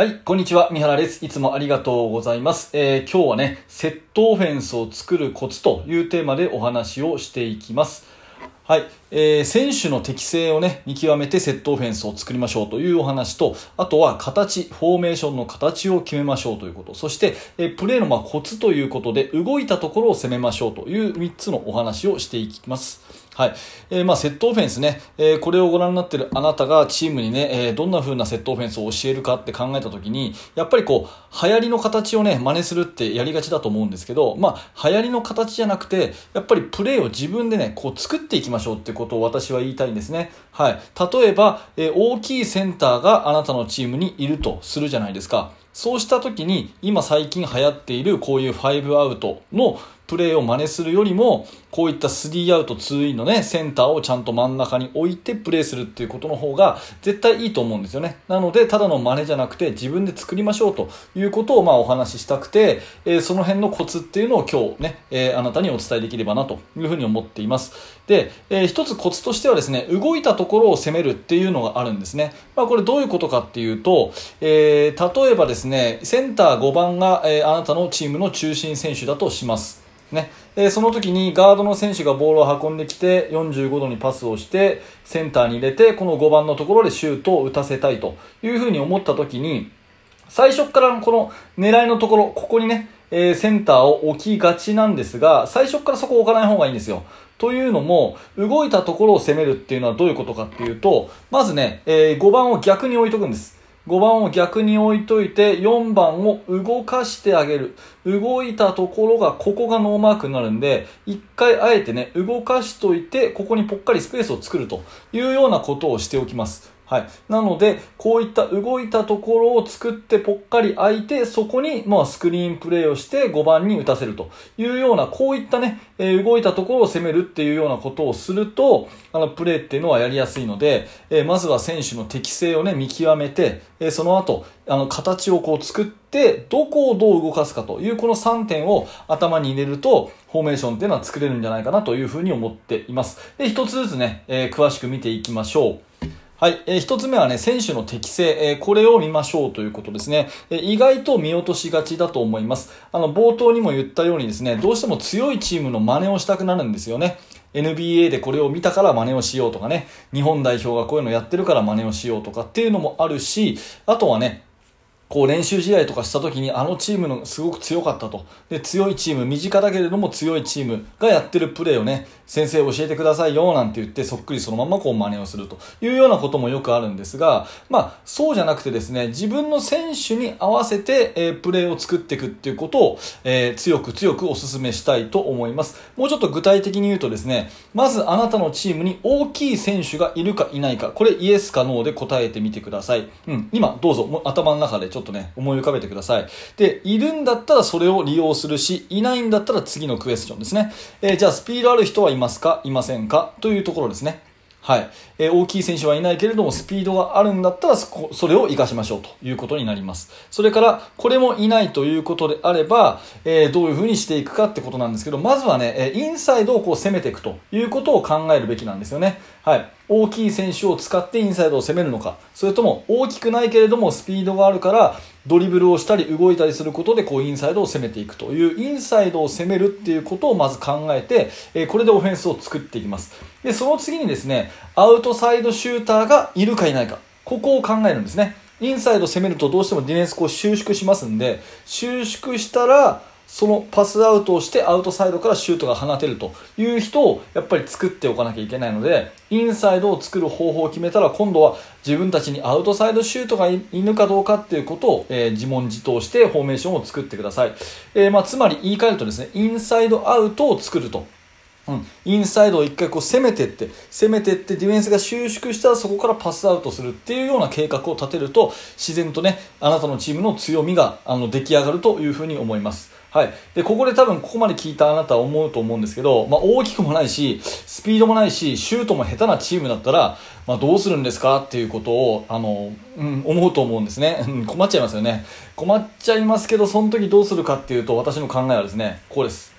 はい、こんにちは。三原です。いつもありがとうございます。今日はね、セットオフェンスを作るコツというテーマでお話をしていきます。はい、選手の適性をね、見極めてセットオフェンスを作りましょうというお話と、あとはフォーメーションの形を決めましょうということ、そして、プレーのコツということで、動いたところを攻めましょうという3つのお話をしていきます。はい。セットオフェンスね、これをご覧になっているあなたがチームにね、どんな風なセットオフェンスを教えるかって考えたときに、やっぱり流行りの形をね、真似するってやりがちだと思うんですけど、流行りの形じゃなくて、やっぱりプレーを自分でね、作っていきましょうってことを私は言いたいんですね。はい。例えば、大きいセンターがあなたのチームにいるとするじゃないですか。そうしたときに、今最近流行っているこういう5アウトのプレーを真似するよりも、こういった3アウト2インのね、センターをちゃんと真ん中に置いてプレーするっていうことの方が絶対いいと思うんですよね。なので、ただの真似じゃなくて自分で作りましょうということをお話ししたくて、その辺のコツっていうのを今日ね、あなたにお伝えできればなというふうに思っています。で、一つコツとしてはですね、動いたところを攻めるっていうのがあるんですね。これどういうことかっていうと、例えばですね、センター5番が、あなたのチームの中心選手だとします。ね、その時にガードの選手がボールを運んできて45度にパスをしてセンターに入れてこの5番のところでシュートを打たせたいというふうに思った時に、最初からこの狙いのところ、ここにね、センターを置きがちなんですが、最初からそこを置かない方がいいんですよ。というのも、動いたところを攻めるっていうのはどういうことかっていうと、まずね、5番を逆に置いとくんです。5番を逆に置いといて4番を動かしてあげる。動いたところがここがノーマークになるんで、一回あえてね動かしといて、ここにぽっかりスペースを作るというようなことをしておきます。はい。なので、こういった動いたところを作ってぽっかり空いて、そこにスクリーンプレーをして5番に打たせるというような、こういったね、動いたところを攻めるっていうようなことをすると、プレーっていうのはやりやすいので、まずは選手の適性をね、見極めて、その後、形を作って、どこをどう動かすかというこの3点を頭に入れると、フォーメーションっていうのは作れるんじゃないかなというふうに思っています。で、一つずつね、詳しく見ていきましょう。はい。一つ目はね、選手の適性、これを見ましょうということですね。意外と見落としがちだと思います。冒頭にも言ったようにですね、どうしても強いチームの真似をしたくなるんですよね。NBA でこれを見たから真似をしようとかね、日本代表がこういうのやってるから真似をしようとかっていうのもあるし、あとはね、練習試合とかした時にチームのすごく強かったと。で、強いチーム、身近だけれども強いチームがやってるプレーをね、先生教えてくださいよなんて言ってそっくりそのまま真似をするというようなこともよくあるんですが、そうじゃなくてですね、自分の選手に合わせて、プレーを作っていくっていうことを、強くお勧めしたいと思います。もうちょっと具体的に言うとですね、まずあなたのチームに大きい選手がいるかいないか、これイエスかノーで答えてみてください。今どうぞ頭の中でちょっとね、思い浮かべてください。で、いるんだったらそれを利用するし、いないんだったら次のクエスチョンですね。じゃあスピードある人はいますかいませんかというところですね。はい。大きい選手はいないけれどもスピードがあるんだったらそれを活かしましょうということになります。それからこれもいないということであれば、どういうふうにしていくかってことなんですけど、まずはね、インサイドを攻めていくということを考えるべきなんですよね。はい。大きい選手を使ってインサイドを攻めるのか、それとも大きくないけれどもスピードがあるからドリブルをしたり動いたりすることでインサイドを攻めていくという、インサイドを攻めるっていうことをまず考えて、これでオフェンスを作っていきます。で、その次にですね、アウトサイドシューターがいるかいないか、ここを考えるんですね。インサイド攻めるとどうしてもディフェンス収縮しますんで、収縮したらそのパスアウトをしてアウトサイドからシュートが放てるという人をやっぱり作っておかなきゃいけないので、インサイドを作る方法を決めたら、今度は自分たちにアウトサイドシュートがいるかどうかっていうことを、自問自答してフォーメーションを作ってください。つまり言い換えるとですね、インサイドアウトを作ると。インサイドを一回攻めてってディフェンスが収縮したらそこからパスアウトするっていうような計画を立てると、自然とね、あなたのチームの強みが出来上がるというふうに思います。はい。で、ここで多分ここまで聞いたあなたは思うと思うんですけど、大きくもないし、スピードもないし、シュートも下手なチームだったら、どうするんですかっていうことを、思うと思うんですね。困っちゃいますよね。困っちゃいますけど、その時どうするかっていうと、私の考えはですね、こうです。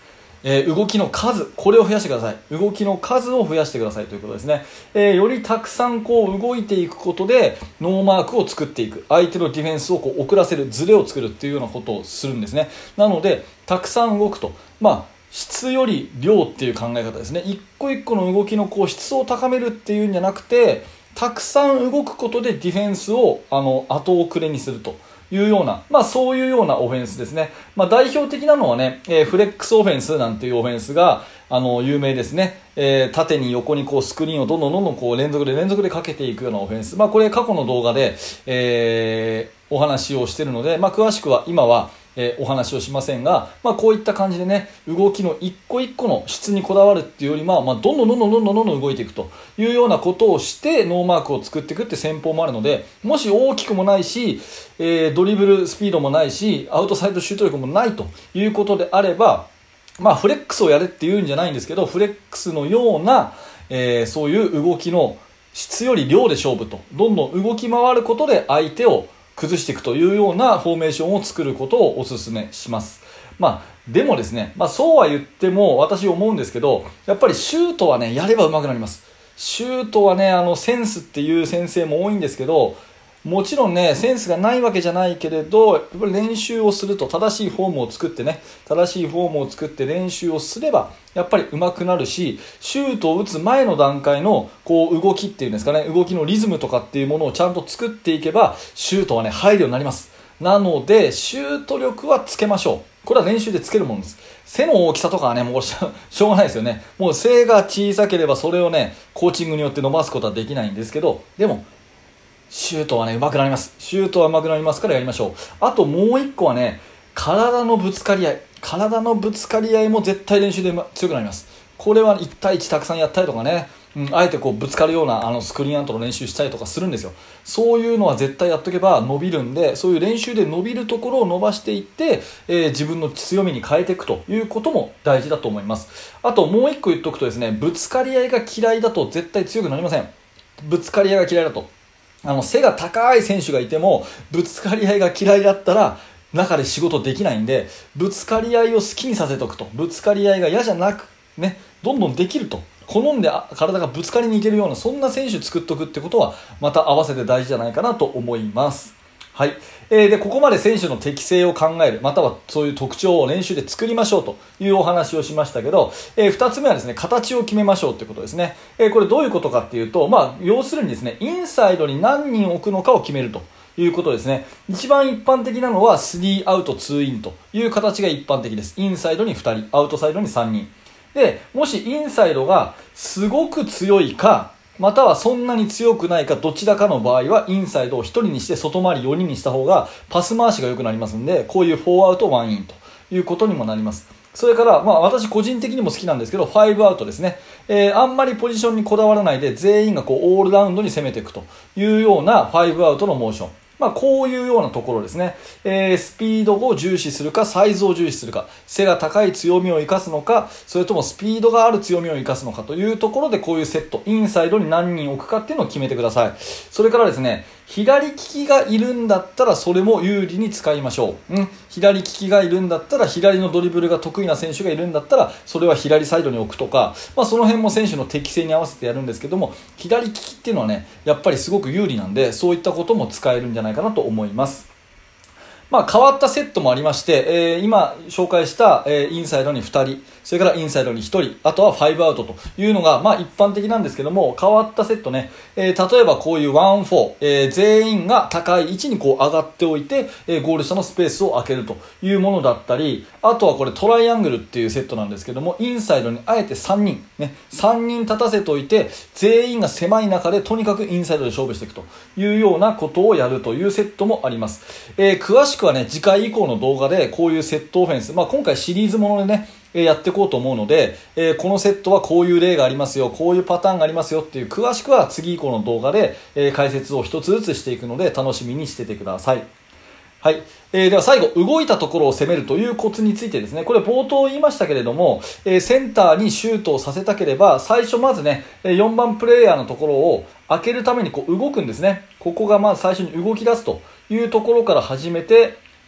動きの数、これを増やしてください。動きの数を増やしてくださいということですね。よりたくさん動いていくことでノーマークを作っていく、相手のディフェンスを遅らせる、ズレを作るっていうようなことをするんですね。なのでたくさん動くと、質より量っていう考え方ですね。一個一個の動きの質を高めるっていうんじゃなくて、たくさん動くことでディフェンスを後遅れにするというような、そういうようなオフェンスですね。代表的なのはね、フレックスオフェンスなんていうオフェンスが有名ですね。縦に横にスクリーンをどんどん連続でかけていくようなオフェンス。これ過去の動画で、お話をしているので、詳しくは今はお話をしませんが、こういった感じでね、動きの一個一個の質にこだわるっていうよりも、どんどん動いていくというようなことをしてノーマークを作っていくって戦法もあるので、もし大きくもないし、ドリブルスピードもないし、アウトサイドシュート力もないということであれば、フレックスをやれっていうんじゃないんですけど、フレックスのような、そういう動きの質より量で勝負と、どんどん動き回ることで相手を崩していくというようなフォーメーションを作ることをお勧めします。でもですね、そうは言っても私思うんですけど、やっぱりシュートはね、やれば上手くなります。シュートはね、センスっていう先生も多いんですけど、もちろんね、センスがないわけじゃないけれど、やっぱり練習をすると、正しいフォームを作って練習をすればやっぱり上手くなるし、シュートを打つ前の段階の動きっていうんですかね、動きのリズムとかっていうものをちゃんと作っていけば、シュートはね、入るようになります。なのでシュート力はつけましょう。これは練習でつけるものです。背の大きさとかはね、もうしょうがないですよね。もう背が小さければそれをね、コーチングによって伸ばすことはできないんですけど、でもシュートはね、上手くなります。シュートは上手くなりますからやりましょう。あともう一個はね、体のぶつかり合いも絶対練習で強くなります。これは1対1たくさんやったりとかね、あえてぶつかるようなスクリーンアウトの練習したりとかするんですよ。そういうのは絶対やっとけば伸びるんで、そういう練習で伸びるところを伸ばしていって、自分の強みに変えていくということも大事だと思います。あともう一個言っとくとですね、ぶつかり合いが嫌いだと絶対強くなりません。ぶつかり合いが嫌いだと、背が高い選手がいてもぶつかり合いが嫌いだったら中で仕事できないんで、ぶつかり合いを好きにさせておくと、ぶつかり合いが嫌じゃなくね、どんどんできると、好んで体がぶつかりにいけるような、そんな選手作っておくってことはまた合わせて大事じゃないかなと思います。はい。でここまで選手の適性を考える、またはそういう特徴を練習で作りましょうというお話をしましたけど、2つ目はですね、形を決めましょうということですね。これどういうことかっていうと、要するにですね、インサイドに何人置くのかを決めるということですね。一番一般的なのは3アウト2インという形が一般的です。インサイドに2人、アウトサイドに3人で、もしインサイドがすごく強いか、またはそんなに強くないか、どちらかの場合はインサイドを1人にして外回り4人にした方がパス回しが良くなりますので、こういう4アウト1インということにもなります。それから、私個人的にも好きなんですけど、5アウトですね。あんまりポジションにこだわらないで全員がオールラウンドに攻めていくというような5アウトのモーション。こういうようなところですね。スピードを重視するか、サイズを重視するか、背が高い強みを生かすのか、それともスピードがある強みを生かすのかというところで、こういうセット、インサイドに何人置くかっていうのを決めてください。それからですね、左利きがいるんだったらそれも有利に使いましょう。左利きがいるんだったら、左のドリブルが得意な選手がいるんだったら、それは左サイドに置くとか、その辺も選手の適性に合わせてやるんですけども、左利きっていうのはね、やっぱりすごく有利なんで、そういったことも使えるんじゃないかなと思います。変わったセットもありまして、今紹介した、インサイドに2人、それからインサイドに1人、あとは5アウトというのが、一般的なんですけども、変わったセットね、例えばこういう1-4、全員が高い位置に上がっておいて、ゴール下のスペースを空けるというものだったり、あとはこれトライアングルっていうセットなんですけども、インサイドにあえて3人、3人立たせておいて、全員が狭い中でとにかくインサイドで勝負していくというようなことをやるというセットもあります。詳しくはね、次回以降の動画でこういうセットオフェンス、今回シリーズものでね、やっていこうと思うので、このセットはこういう例がありますよ、こういうパターンがありますよっていう、詳しくは次以降の動画で、解説を一つずつしていくので楽しみにしててください。はい。では最後、動いたところを攻めるというコツについてですね、これ冒頭言いましたけれども、センターにシュートをさせたければ、最初まずね、4番プレイヤーのところを開けるために動くんですね。ここがまず最初に動き出すというところから始めて、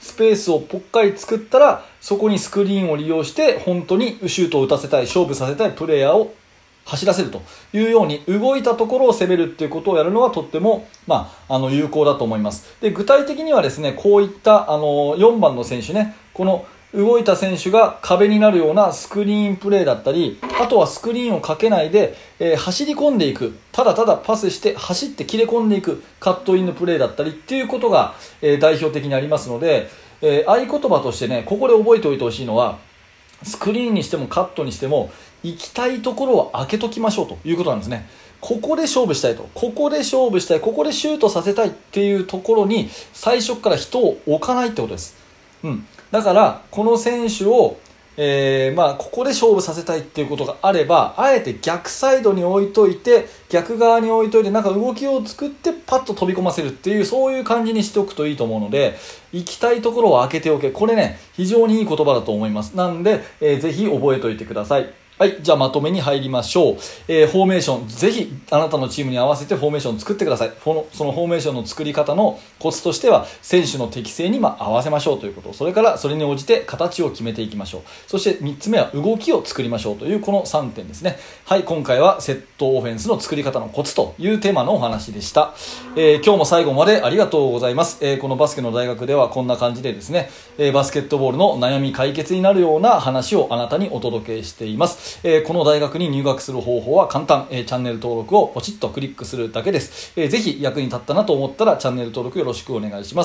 スペースをぽっかり作ったら、そこにスクリーンを利用して本当にシュートを打たせたい、勝負させたいプレイヤーを走らせるというように、動いたところを攻めるっていうことをやるのはとっても、有効だと思います。で、具体的にはですね、こういった4番の選手ね、この動いた選手が壁になるようなスクリーンプレーだったり、あとはスクリーンをかけないで、走り込んでいく、ただただパスして走って切れ込んでいくカットインのプレーだったりっていうことが、代表的にありますので、合言葉としてね、ここで覚えておいてほしいのは、スクリーンにしてもカットにしても行きたいところを開けときましょうということなんですね。ここで勝負したいと、ここで勝負したい、ここでシュートさせたいっていうところに最初から人を置かないってことです。だからこの選手を、ここで勝負させたいっていうことがあれば、あえて逆サイドに置いといて、逆側に置いといて、なんか動きを作ってパッと飛び込ませるっていう、そういう感じにしておくといいと思うので、行きたいところを開けておけ、これね非常にいい言葉だと思います。なんで、ぜひ覚えておいてください。はい、じゃあまとめに入りましょう。フォーメーション、ぜひあなたのチームに合わせてフォーメーションを作ってください。そのフォーメーションの作り方のコツとしては、選手の適性に合わせましょうということ、それからそれに応じて形を決めていきましょう。そして3つ目は動きを作りましょうという、この3点ですね。はい、今回はセットオフェンスの作り方のコツというテーマのお話でした。今日も最後までありがとうございます。このバスケの大学ではこんな感じでですね、バスケットボールの悩み解決になるような話をあなたにお届けしています。この大学に入学する方法は簡単。チャンネル登録をポチッとクリックするだけです。ぜひ役に立ったなと思ったらチャンネル登録よろしくお願いします。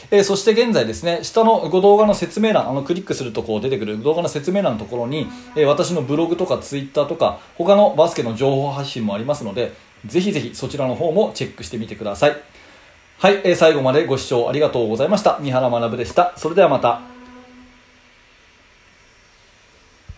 そして現在ですね、下の動画の説明欄、クリックするとこう出てくる動画の説明欄のところに、私のブログとかツイッターとか他のバスケの情報発信もありますので、ぜひぜひそちらの方もチェックしてみてください。はい、最後までご視聴ありがとうございました。三原学でした。それではまた。